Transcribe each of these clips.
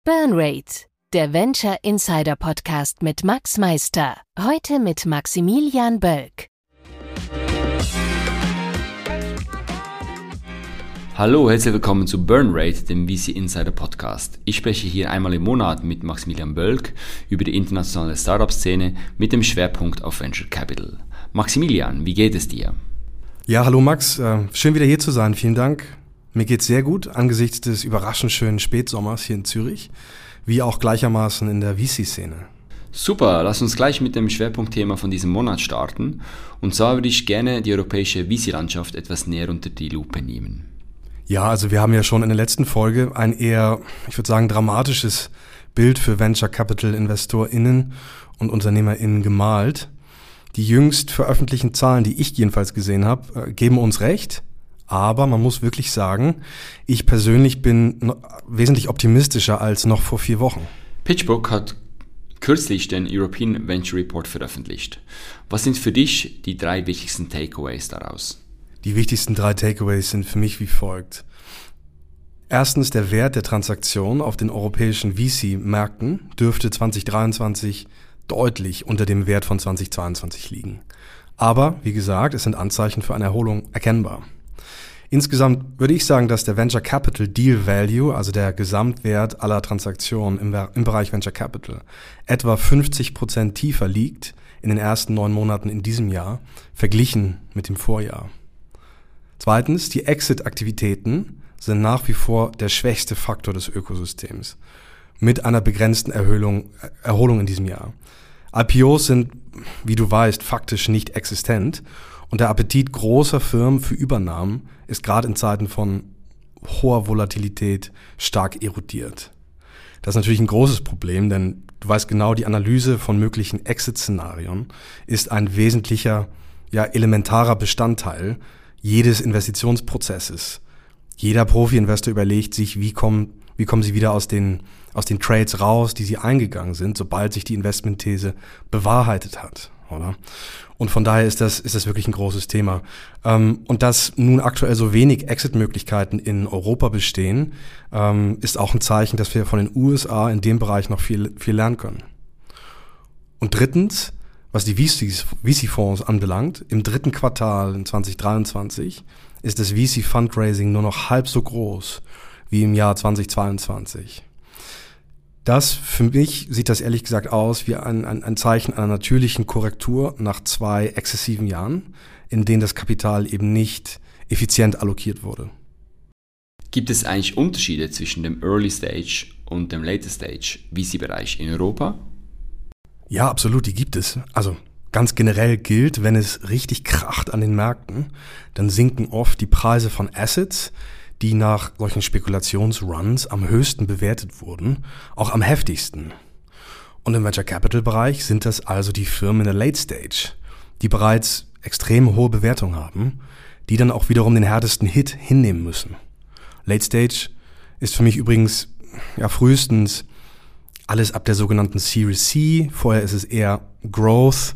Burnrate, der Venture Insider Podcast mit Max Meister. Heute mit Maximilian Bölk. Hallo, herzlich willkommen zu Burnrate, dem VC Insider Podcast. Ich spreche hier einmal im Monat mit Maximilian Bölk über die internationale Startup-Szene mit dem Schwerpunkt auf Venture Capital. Maximilian, wie geht es dir? Ja, hallo Max, schön wieder hier zu sein, vielen Dank. Mir geht's sehr gut angesichts des überraschend schönen Spätsommers hier in Zürich, wie auch gleichermaßen in der VC-Szene. Super, lass uns gleich mit dem Schwerpunktthema von diesem Monat starten. Und zwar würde ich gerne die europäische VC-Landschaft etwas näher unter die Lupe nehmen. Ja, also wir haben ja schon in der letzten Folge ein eher, ich würde sagen, dramatisches Bild für Venture Capital InvestorInnen und UnternehmerInnen gemalt. Die jüngst veröffentlichten Zahlen, die ich jedenfalls gesehen habe, geben uns recht. Aber man muss wirklich sagen, ich persönlich bin wesentlich optimistischer als noch vor 4 Wochen. PitchBook hat kürzlich den European Venture Report veröffentlicht. Was sind für dich die 3 wichtigsten Takeaways daraus? Die wichtigsten 3 Takeaways sind für mich wie folgt. Erstens, der Wert der Transaktion auf den europäischen VC-Märkten dürfte 2023 deutlich unter dem Wert von 2022 liegen. Aber, wie gesagt, es sind Anzeichen für eine Erholung erkennbar. Insgesamt würde ich sagen, dass der Venture Capital Deal Value, also der Gesamtwert aller Transaktionen im Bereich Venture Capital, etwa 50% tiefer liegt in den ersten 9 Monaten in diesem Jahr, verglichen mit dem Vorjahr. Zweitens, die Exit-Aktivitäten sind nach wie vor der schwächste Faktor des Ökosystems, mit einer begrenzten Erholung in diesem Jahr. IPOs sind, wie du weißt, faktisch nicht existent. Und der Appetit großer Firmen für Übernahmen ist gerade in Zeiten von hoher Volatilität stark erodiert. Das ist natürlich ein großes Problem, denn du weißt genau, die Analyse von möglichen Exit-Szenarien ist ein wesentlicher, elementarer Bestandteil jedes Investitionsprozesses. Jeder Profi-Investor überlegt sich, wie kommen sie wieder aus den Trades raus, die sie eingegangen sind, sobald sich die Investmentthese bewahrheitet hat, oder? Und von daher ist das wirklich ein großes Thema. Und dass nun aktuell so wenig Exit-Möglichkeiten in Europa bestehen, ist auch ein Zeichen, dass wir von den USA in dem Bereich noch viel lernen können. Und drittens, was die VC-Fonds anbelangt, im 3. Quartal in 2023 ist das VC-Fundraising nur noch halb so groß wie im Jahr 2022. Für mich sieht das ehrlich gesagt aus wie ein Zeichen einer natürlichen Korrektur nach 2 exzessiven Jahren, in denen das Kapital eben nicht effizient allokiert wurde. Gibt es eigentlich Unterschiede zwischen dem Early Stage und dem Later Stage VC-Bereich in Europa? Ja, absolut, die gibt es. Also ganz generell gilt, wenn es richtig kracht an den Märkten, dann sinken oft die Preise von Assets, die nach solchen Spekulationsruns am höchsten bewertet wurden, auch am heftigsten. Und im Venture Capital Bereich sind das also die Firmen in der Late Stage, die bereits extrem hohe Bewertungen haben, die dann auch wiederum den härtesten Hit hinnehmen müssen. Late Stage ist für mich übrigens frühestens alles ab der sogenannten Series C, vorher ist es eher Growth,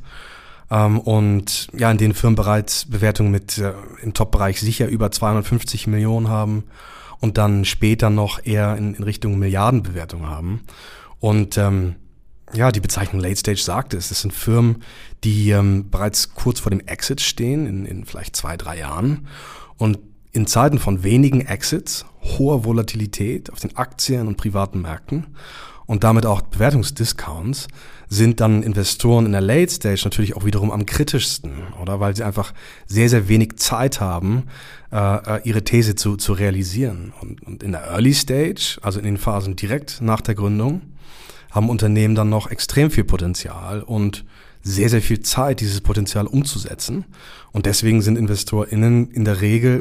und in den Firmen bereits Bewertungen mit im Top-Bereich sicher über 250 Millionen haben und dann später noch eher in Richtung Milliardenbewertung haben. Und die Bezeichnung Late Stage sagt es. Das sind Firmen, die bereits kurz vor dem Exit stehen, in vielleicht 2-3 Jahren. Und in Zeiten von wenigen Exits, hoher Volatilität auf den Aktien- und privaten Märkten und damit auch Bewertungsdiscounts, sind dann Investoren in der Late Stage natürlich auch wiederum am kritischsten, oder? Weil sie einfach sehr, sehr wenig Zeit haben, ihre These zu realisieren. Und in der Early Stage, also in den Phasen direkt nach der Gründung, haben Unternehmen dann noch extrem viel Potenzial und sehr, sehr viel Zeit, dieses Potenzial umzusetzen. Und deswegen sind InvestorInnen in der Regel,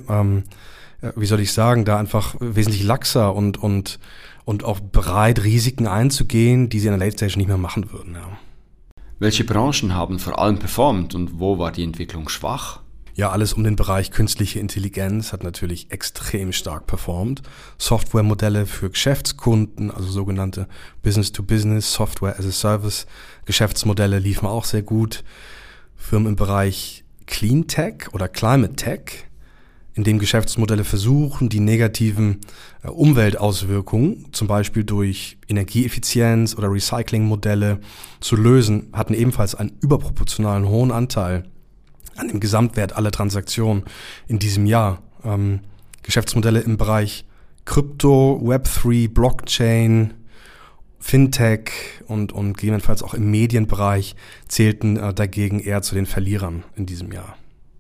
da einfach wesentlich laxer und auch bereit, Risiken einzugehen, die sie in der Late Stage nicht mehr machen würden. Ja. Welche Branchen haben vor allem performt und wo war die Entwicklung schwach? Ja, alles um den Bereich künstliche Intelligenz hat natürlich extrem stark performt. Softwaremodelle für Geschäftskunden, also sogenannte Business-to-Business, Software-as-a-Service Geschäftsmodelle liefen auch sehr gut. Firmen im Bereich Clean Tech oder Climate Tech in dem Geschäftsmodelle versuchen, die negativen Umweltauswirkungen, zum Beispiel durch Energieeffizienz oder Recyclingmodelle, zu lösen, hatten ebenfalls einen überproportionalen hohen Anteil an dem Gesamtwert aller Transaktionen in diesem Jahr. Geschäftsmodelle im Bereich Krypto, Web3, Blockchain, Fintech und gegebenenfalls auch im Medienbereich zählten dagegen eher zu den Verlierern in diesem Jahr.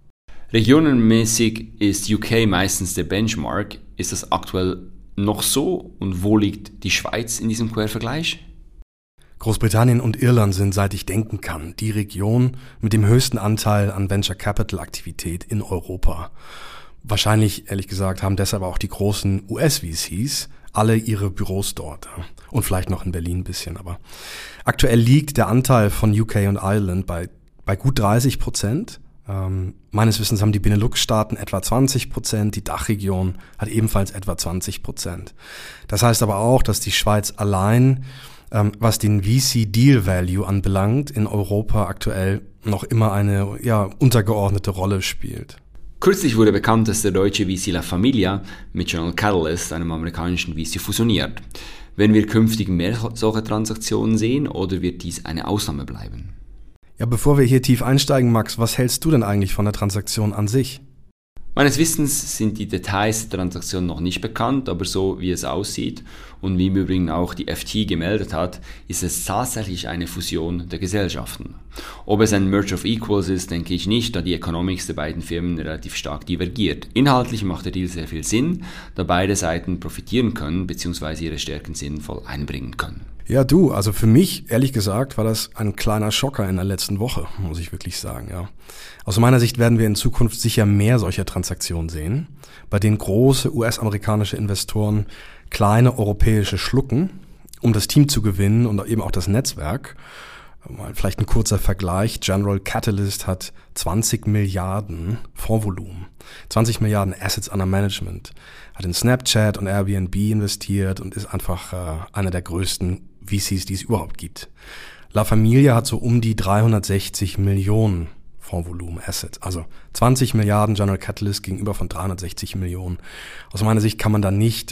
Regionenmäßig ist UK meistens der Benchmark. Ist das aktuell noch so und wo liegt die Schweiz in diesem Quervergleich? Großbritannien und Irland sind, seit ich denken kann, die Region mit dem höchsten Anteil an Venture Capital Aktivität in Europa. Wahrscheinlich, ehrlich gesagt, haben deshalb auch die großen US-VCs alle ihre Büros dort. Und vielleicht noch in Berlin ein bisschen. Aber aktuell liegt der Anteil von UK und Ireland bei gut 30%. Meines Wissens haben die Benelux-Staaten etwa 20%, die Dachregion hat ebenfalls etwa 20%. Das heißt aber auch, dass die Schweiz allein, was den VC-Deal-Value anbelangt, in Europa aktuell noch immer eine untergeordnete Rolle spielt. Kürzlich wurde bekannt, dass der deutsche VC La Familia mit General Catalyst, einem amerikanischen VC, fusioniert. Werden wir künftig mehr solche Transaktionen sehen oder wird dies eine Ausnahme bleiben? Ja, bevor wir hier tief einsteigen, Max, was hältst du denn eigentlich von der Transaktion an sich? Meines Wissens sind die Details der Transaktion noch nicht bekannt, aber so wie es aussieht und wie im Übrigen auch die FT gemeldet hat, ist es tatsächlich eine Fusion der Gesellschaften. Ob es ein Merger of Equals ist, denke ich nicht, da die Economics der beiden Firmen relativ stark divergiert. Inhaltlich macht der Deal sehr viel Sinn, da beide Seiten profitieren können bzw. ihre Stärken sinnvoll einbringen können. Ja, also für mich, ehrlich gesagt, war das ein kleiner Schocker in der letzten Woche, muss ich wirklich sagen, ja. Aus meiner Sicht werden wir in Zukunft sicher mehr solcher Transaktionen sehen, bei denen große US-amerikanische Investoren kleine europäische schlucken, um das Team zu gewinnen und eben auch das Netzwerk. Vielleicht ein kurzer Vergleich. General Catalyst hat 20 Milliarden Fondsvolumen, 20 Milliarden Assets under Management, hat in Snapchat und Airbnb investiert und ist einfach einer der größten VCs, die es überhaupt gibt. La Familia hat so um die 360 Millionen Fondsvolumen Assets, also 20 Milliarden General Catalyst gegenüber von 360 Millionen. Aus meiner Sicht kann man da nicht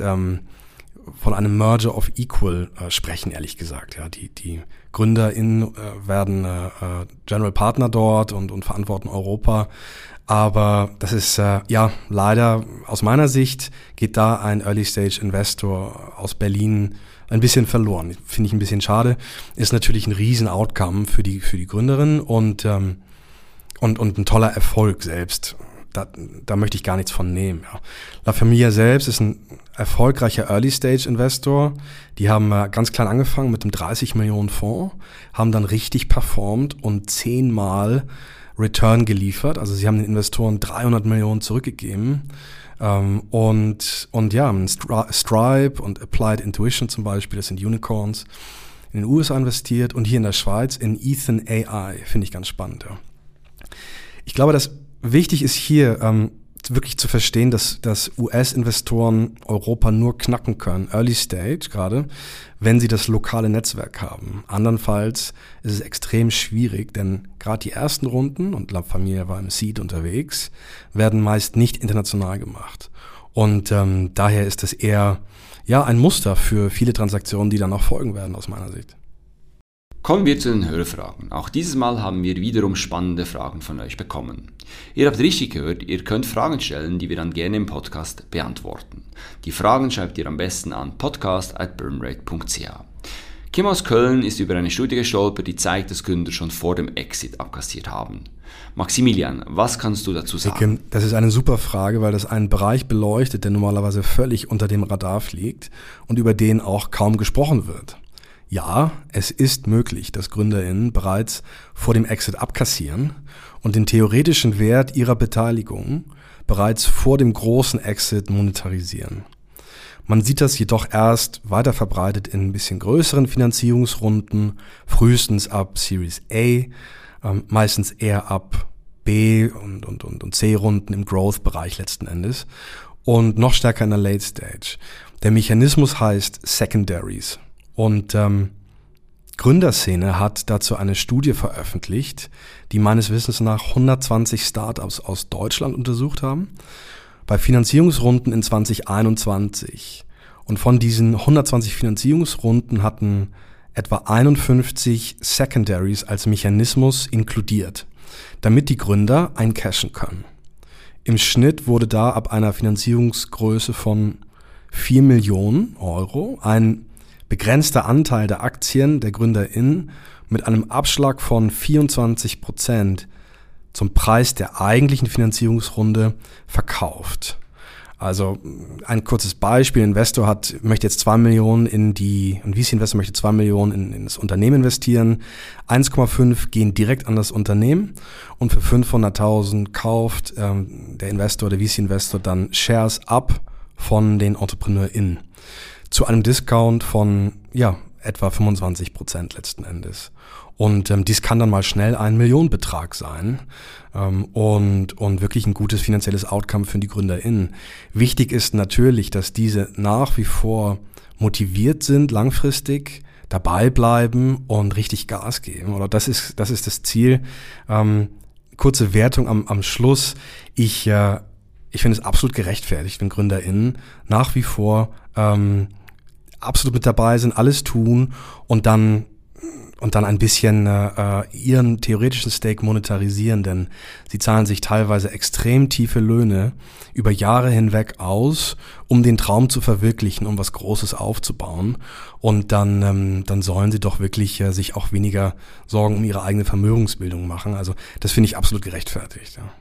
von einem Merger of Equal sprechen, ehrlich gesagt. Ja, die GründerInnen werden General Partner dort und verantworten Europa. Aber das ist leider aus meiner Sicht geht da ein Early-Stage-Investor aus Berlin ein bisschen verloren. Finde ich ein bisschen schade. Ist natürlich ein Riesen-Outcome für die Gründerin und ein toller Erfolg selbst. Da möchte ich gar nichts von nehmen. Ja. La Familia selbst ist ein erfolgreicher Early-Stage-Investor. Die haben ganz klein angefangen mit einem 30 Millionen Fonds, haben dann richtig performt und 10-mal Return geliefert. Also sie haben den Investoren 300 Millionen zurückgegeben. Und Stripe und Applied Intuition zum Beispiel, das sind Unicorns, in den USA investiert und hier in der Schweiz in Ethan AI. Finde ich ganz spannend. Ja. Ich glaube, dass wichtig ist hier wirklich zu verstehen, dass US-Investoren Europa nur knacken können, Early Stage gerade, wenn sie das lokale Netzwerk haben. Andernfalls ist es extrem schwierig, denn gerade die ersten Runden, und La Familia war im Seed unterwegs, werden meist nicht international gemacht. Und daher ist es eher ein Muster für viele Transaktionen, die dann auch folgen werden, aus meiner Sicht. Kommen wir zu den Hörerfragen. Auch dieses Mal haben wir wiederum spannende Fragen von euch bekommen. Ihr habt richtig gehört, ihr könnt Fragen stellen, die wir dann gerne im Podcast beantworten. Die Fragen schreibt ihr am besten an podcast@burnrate.ch. Kim aus Köln ist über eine Studie gestolpert, die zeigt, dass Gründer schon vor dem Exit abkassiert haben. Maximilian, was kannst du dazu sagen? Kim, das ist eine super Frage, weil das einen Bereich beleuchtet, der normalerweise völlig unter dem Radar fliegt und über den auch kaum gesprochen wird. Ja, es ist möglich, dass GründerInnen bereits vor dem Exit abkassieren und den theoretischen Wert ihrer Beteiligung bereits vor dem großen Exit monetarisieren. Man sieht das jedoch erst weiter verbreitet in ein bisschen größeren Finanzierungsrunden, frühestens ab Series A, meistens eher ab B und C-Runden im Growth-Bereich letzten Endes und noch stärker in der Late Stage. Der Mechanismus heißt Secondaries. Und Gründerszene hat dazu eine Studie veröffentlicht, die meines Wissens nach 120 Startups aus Deutschland untersucht haben. bei Finanzierungsrunden in 2021. Und von diesen 120 Finanzierungsrunden hatten etwa 51 Secondaries als Mechanismus inkludiert, damit die Gründer eincashen können. Im Schnitt wurde da ab einer Finanzierungsgröße von 4 Millionen Euro ein begrenzter Anteil der Aktien der GründerInnen mit einem Abschlag von 24% zum Preis der eigentlichen Finanzierungsrunde verkauft. Also ein kurzes Beispiel, ein Investor möchte jetzt 2 Millionen ein VC-Investor möchte 2 Millionen in das Unternehmen investieren, 1,5 gehen direkt an das Unternehmen und für 500.000 kauft der VC-Investor dann Shares ab von den EntrepreneurInnen zu einem Discount von etwa 25% letzten Endes. Und dies kann dann mal schnell ein Millionenbetrag sein und wirklich ein gutes finanzielles Outcome für die GründerInnen. Wichtig ist natürlich, dass diese nach wie vor motiviert sind, langfristig dabei bleiben und richtig Gas geben. Oder das ist das Ziel. Kurze Wertung am Schluss. Ich finde es absolut gerechtfertigt, wenn GründerInnen nach wie vor absolut mit dabei sind, alles tun und dann ein bisschen ihren theoretischen Stake monetarisieren, denn sie zahlen sich teilweise extrem tiefe Löhne über Jahre hinweg aus, um den Traum zu verwirklichen, um was Großes aufzubauen. Und dann sollen sie doch wirklich sich auch weniger Sorgen um ihre eigene Vermögensbildung machen. Also das finde ich absolut gerechtfertigt. Ja.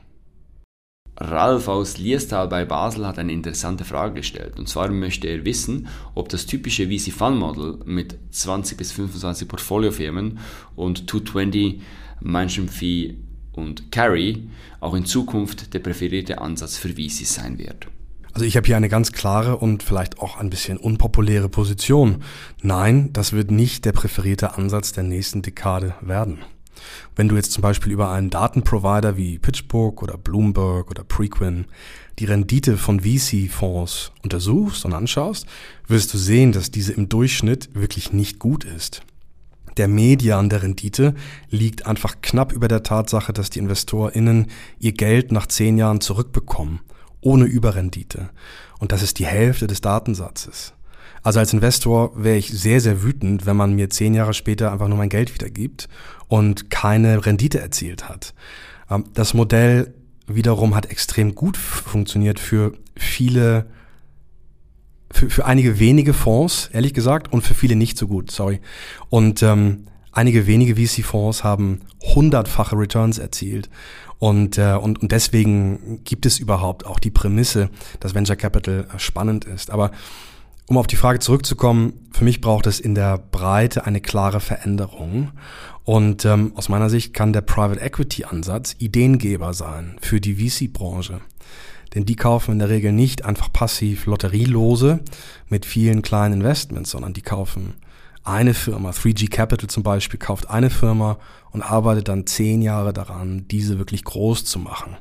Ralf aus Liestal bei Basel hat eine interessante Frage gestellt. Und zwar möchte er wissen, ob das typische VC-Fund-Model mit 20 bis 25 Portfoliofirmen und 220 Management Fee und Carry auch in Zukunft der präferierte Ansatz für VCs sein wird. Also ich habe hier eine ganz klare und vielleicht auch ein bisschen unpopuläre Position. Nein, das wird nicht der präferierte Ansatz der nächsten Dekade werden. Wenn du jetzt zum Beispiel über einen Datenprovider wie PitchBook oder Bloomberg oder Preqin die Rendite von VC-Fonds untersuchst und anschaust, wirst du sehen, dass diese im Durchschnitt wirklich nicht gut ist. Der Median der Rendite liegt einfach knapp über der Tatsache, dass die InvestorInnen ihr Geld nach 10 Jahren zurückbekommen, ohne Überrendite. Und das ist die Hälfte des Datensatzes. Also als Investor wäre ich sehr, sehr wütend, wenn man mir 10 Jahre später einfach nur mein Geld wiedergibt und keine Rendite erzielt hat. Das Modell wiederum hat extrem gut funktioniert für einige wenige Fonds, ehrlich gesagt, und für viele nicht so gut, Und einige wenige VC-Fonds haben 100-fache Returns erzielt. Und deswegen gibt es überhaupt auch die Prämisse, dass Venture Capital spannend ist. Aber um auf die Frage zurückzukommen, für mich braucht es in der Breite eine klare Veränderung. Und aus meiner Sicht kann der Private Equity Ansatz Ideengeber sein für die VC-Branche. Denn die kaufen in der Regel nicht einfach passiv Lotterielose mit vielen kleinen Investments, sondern die kaufen eine Firma. 3G Capital zum Beispiel kauft eine Firma und arbeitet dann 10 Jahre daran, diese wirklich groß zu machen.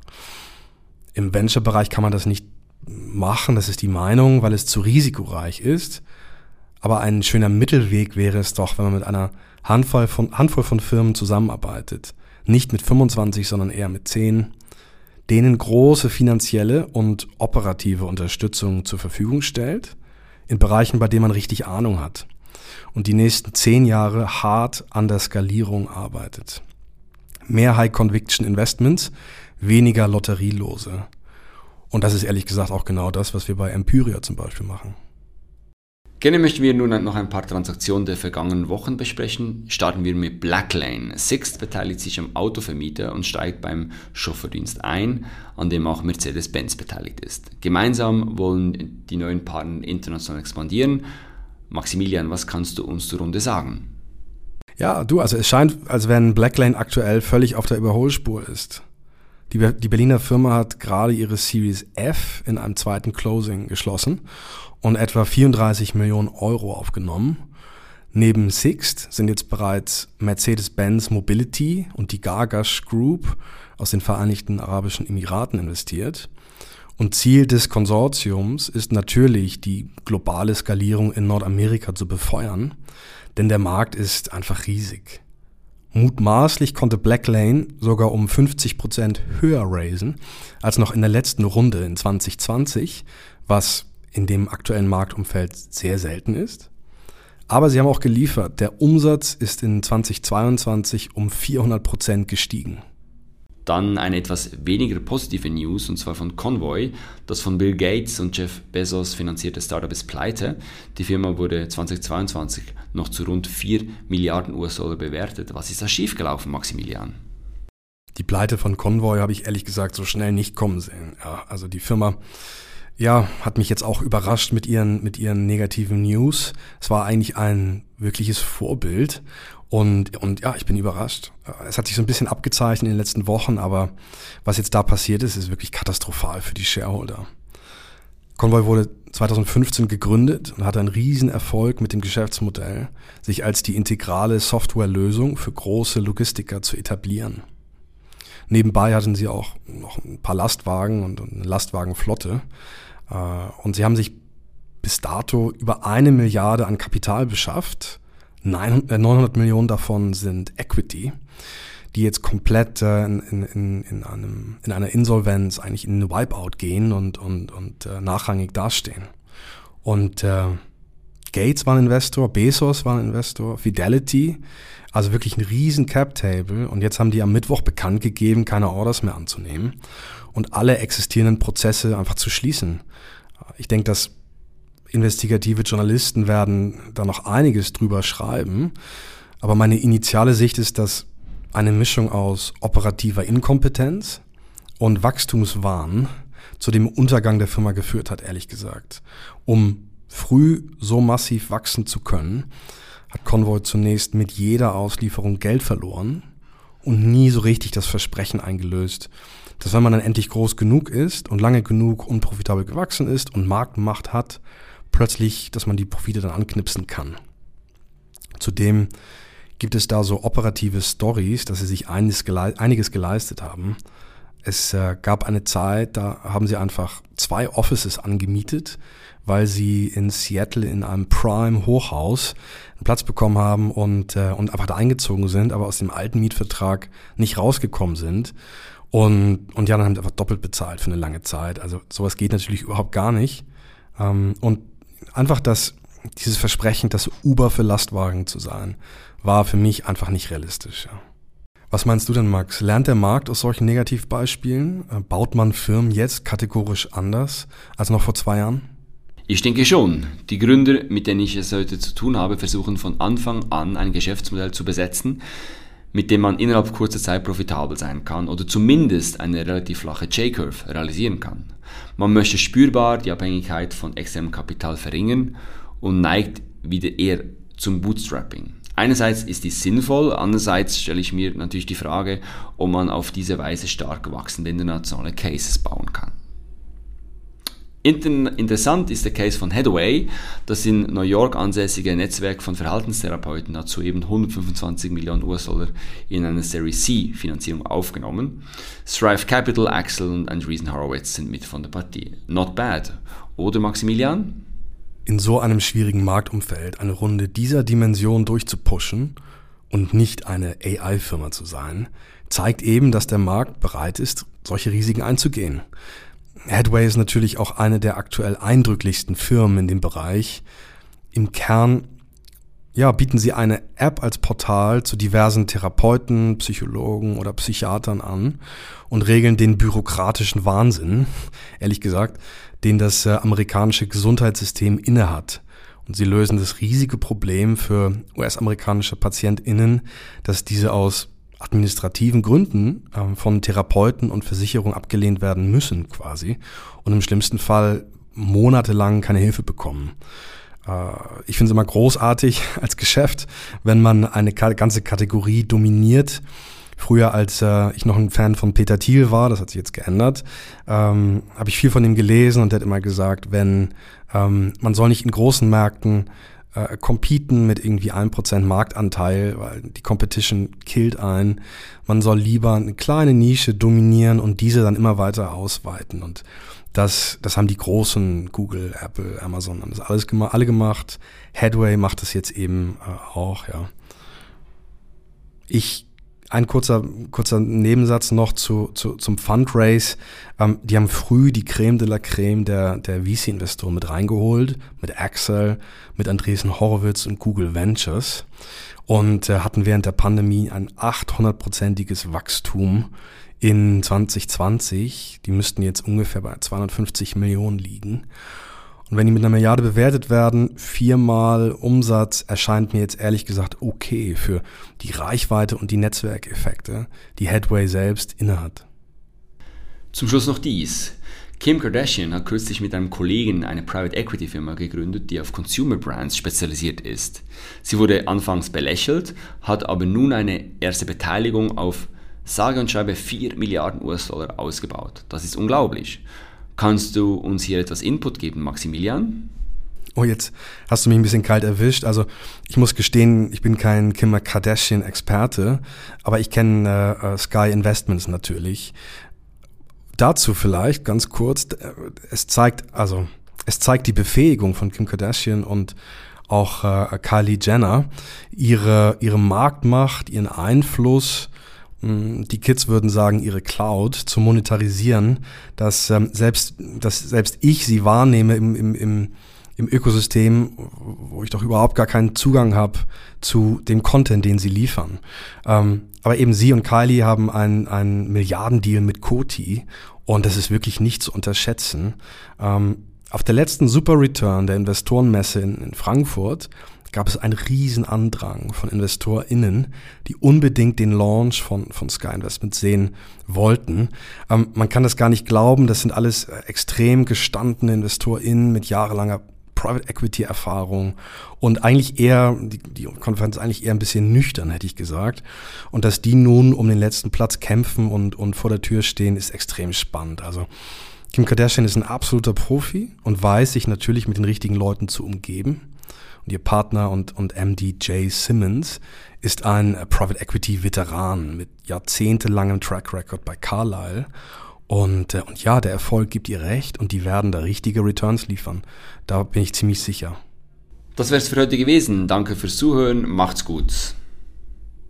Im Venture-Bereich kann man das nicht machen, das ist die Meinung, weil es zu risikoreich ist. Aber ein schöner Mittelweg wäre es doch, wenn man mit einer Handvoll von Firmen zusammenarbeitet. Nicht mit 25, sondern eher mit 10, denen große finanzielle und operative Unterstützung zur Verfügung stellt, in Bereichen, bei denen man richtig Ahnung hat und die nächsten 10 Jahre hart an der Skalierung arbeitet. Mehr High-Conviction-Investments, weniger Lotterielose. Und das ist ehrlich gesagt auch genau das, was wir bei Empyria zum Beispiel machen. Gerne möchten wir nun noch ein paar Transaktionen der vergangenen Wochen besprechen. Starten wir mit Blacklane. Sixt beteiligt sich am Autovermieter und steigt beim Chauffeurdienst ein, an dem auch Mercedes-Benz beteiligt ist. Gemeinsam wollen die neuen Partner international expandieren. Maximilian, was kannst du uns zur Runde sagen? Ja, also es scheint, als wenn Blacklane aktuell völlig auf der Überholspur ist. Die Berliner Firma hat gerade ihre Series F in einem zweiten Closing geschlossen und etwa 34 Millionen Euro aufgenommen. Neben Sixt sind jetzt bereits Mercedes-Benz Mobility und die Gargash Group aus den Vereinigten Arabischen Emiraten investiert. Und Ziel des Konsortiums ist natürlich, die globale Skalierung in Nordamerika zu befeuern, denn der Markt ist einfach riesig. Mutmaßlich konnte Blacklane sogar um 50% höher raisen als noch in der letzten Runde in 2020, was in dem aktuellen Marktumfeld sehr selten ist. Aber sie haben auch geliefert. Der Umsatz ist in 2022 um 400% gestiegen. Dann eine etwas weniger positive News, und zwar von Convoy. Das von Bill Gates und Jeff Bezos finanzierte Startup ist pleite. Die Firma wurde 2022 noch zu rund 4 Milliarden US-Dollar bewertet. Was ist da schiefgelaufen, Maximilian? Die Pleite von Convoy habe ich ehrlich gesagt so schnell nicht kommen sehen. Ja, also die Firma hat mich jetzt auch überrascht mit ihren negativen News. Es war eigentlich ein wirkliches Vorbild. Und ja, ich bin überrascht. Es hat sich so ein bisschen abgezeichnet in den letzten Wochen, aber was jetzt da passiert ist, ist wirklich katastrophal für die Shareholder. Convoy wurde 2015 gegründet und hatte einen riesen Erfolg mit dem Geschäftsmodell, sich als die integrale Softwarelösung für große Logistiker zu etablieren. Nebenbei hatten sie auch noch ein paar Lastwagen und eine Lastwagenflotte. Und sie haben sich bis dato über 1 Milliarde an Kapital beschafft. 900 Millionen davon sind Equity, die jetzt komplett in einer Insolvenz eigentlich in einen Wipeout gehen und nachrangig dastehen. Und Gates war ein Investor, Bezos war ein Investor, Fidelity, also wirklich ein riesen Cap-Table. Und jetzt haben die am Mittwoch bekannt gegeben, keine Orders mehr anzunehmen und alle existierenden Prozesse einfach zu schließen. Ich denke, dass investigative Journalisten werden da noch einiges drüber schreiben. Aber meine initiale Sicht ist, dass eine Mischung aus operativer Inkompetenz und Wachstumswahn zu dem Untergang der Firma geführt hat, ehrlich gesagt. Um früh so massiv wachsen zu können, hat Convoy zunächst mit jeder Auslieferung Geld verloren und nie so richtig das Versprechen eingelöst, dass wenn man dann endlich groß genug ist und lange genug unprofitabel gewachsen ist und Marktmacht hat, plötzlich, dass man die Profite dann anknipsen kann. Zudem gibt es da so operative Stories, dass sie sich einiges geleistet haben. Es gab eine Zeit, da haben sie einfach 2 Offices angemietet, weil sie in Seattle in einem Prime-Hochhaus einen Platz bekommen haben und einfach da eingezogen sind, aber aus dem alten Mietvertrag nicht rausgekommen sind. Und ja, dann haben sie einfach doppelt bezahlt für eine lange Zeit. Also sowas geht natürlich überhaupt gar nicht. Und einfach dieses Versprechen, das Uber für Lastwagen zu sein, war für mich einfach nicht realistisch. Ja. Was meinst du denn, Max? Lernt der Markt aus solchen Negativbeispielen? Baut man Firmen jetzt kategorisch anders als noch vor 2 Jahren? Ich denke schon. Die Gründer, mit denen ich es heute zu tun habe, versuchen von Anfang an ein Geschäftsmodell zu besetzen, mit dem man innerhalb kurzer Zeit profitabel sein kann oder zumindest eine relativ flache J-Curve realisieren kann. Man möchte spürbar die Abhängigkeit von externem Kapital verringern und neigt wieder eher zum Bootstrapping. Einerseits ist dies sinnvoll, andererseits stelle ich mir natürlich die Frage, ob man auf diese Weise stark wachsende internationale Cases bauen kann. Interessant ist der Case von Headway. Das in New York ansässige Netzwerk von Verhaltenstherapeuten hat soeben 125 Millionen US-Dollar in eine Series C Finanzierung aufgenommen. Thrive Capital, Axel und Andreessen Horowitz sind mit von der Partie. Not bad, oder Maximilian? In so einem schwierigen Marktumfeld eine Runde dieser Dimension durchzupushen und nicht eine AI-Firma zu sein, zeigt eben, dass der Markt bereit ist, solche Risiken einzugehen. Headway ist natürlich auch eine der aktuell eindrücklichsten Firmen in dem Bereich. Im Kern bieten sie eine App als Portal zu diversen Therapeuten, Psychologen oder Psychiatern an und regeln den bürokratischen Wahnsinn, ehrlich gesagt, den das amerikanische Gesundheitssystem innehat. Und sie lösen das riesige Problem für US-amerikanische PatientInnen, dass diese aus administrativen Gründen von Therapeuten und Versicherungen abgelehnt werden müssen quasi und im schlimmsten Fall monatelang keine Hilfe bekommen. Ich finde es immer großartig als Geschäft, wenn man eine ganze Kategorie dominiert. Früher, als ich noch ein Fan von Peter Thiel war, das hat sich jetzt geändert, habe ich viel von ihm gelesen und der hat immer gesagt, wenn man soll nicht in großen Märkten competen mit irgendwie 1% Marktanteil, weil die Competition killt einen. Man soll lieber eine kleine Nische dominieren und diese dann immer weiter ausweiten. Und das haben die großen Google, Apple, Amazon, haben das alle gemacht. Headway macht das jetzt eben auch, ja. Ein kurzer Nebensatz noch zum Fundraise. Die haben früh die Creme de la Creme der VC-Investoren mit reingeholt, mit Accel, mit Andreessen Horowitz und Google Ventures und hatten während der Pandemie ein 800%iges Wachstum in 2020. Die müssten jetzt ungefähr bei 250 Millionen liegen. Und wenn die mit 1 Milliarde bewertet werden, 4-mal Umsatz erscheint mir jetzt ehrlich gesagt okay für die Reichweite und die Netzwerkeffekte, die Headway selbst innehat. Zum Schluss noch dies. Kim Kardashian hat kürzlich mit einem Kollegen eine Private Equity Firma gegründet, die auf Consumer Brands spezialisiert ist. Sie wurde anfangs belächelt, hat aber nun eine erste Beteiligung auf sage und schreibe 4 Milliarden US-Dollar ausgebaut. Das ist unglaublich. Kannst du uns hier etwas Input geben, Maximilian? Oh, jetzt hast du mich ein bisschen kalt erwischt. Also ich muss gestehen, ich bin kein Kim Kardashian-Experte, aber ich kenne Sky Investments natürlich. Dazu vielleicht ganz kurz, es zeigt die Befähigung von Kim Kardashian und auch Kylie Jenner, ihre Marktmacht, ihren Einfluss, die Kids würden sagen, ihre Cloud zu monetarisieren, dass selbst ich sie wahrnehme im Ökosystem, wo ich doch überhaupt gar keinen Zugang habe zu dem Content, den sie liefern. Aber eben sie und Kylie haben einen Milliardendeal mit Coty und das ist wirklich nicht zu unterschätzen. Auf der letzten Super Return der Investorenmesse in Frankfurt gab es einen riesen Andrang von InvestorInnen, die unbedingt den Launch von Sky Investments sehen wollten. Man kann das gar nicht glauben, das sind alles extrem gestandene InvestorInnen mit jahrelanger Private Equity Erfahrung und eigentlich eher, die Konferenz eigentlich eher ein bisschen nüchtern, hätte ich gesagt. Und dass die nun um den letzten Platz kämpfen und vor der Tür stehen, ist extrem spannend. Also Kim Kardashian ist ein absoluter Profi und weiß sich natürlich mit den richtigen Leuten zu umgeben. Und ihr Partner und MD Jay Simmons ist ein Private Equity Veteran mit jahrzehntelangem Track Record bei Carlyle. Und ja, der Erfolg gibt ihr recht und die werden da richtige Returns liefern. Da bin ich ziemlich sicher. Das wär's für heute gewesen. Danke fürs Zuhören. Macht's gut.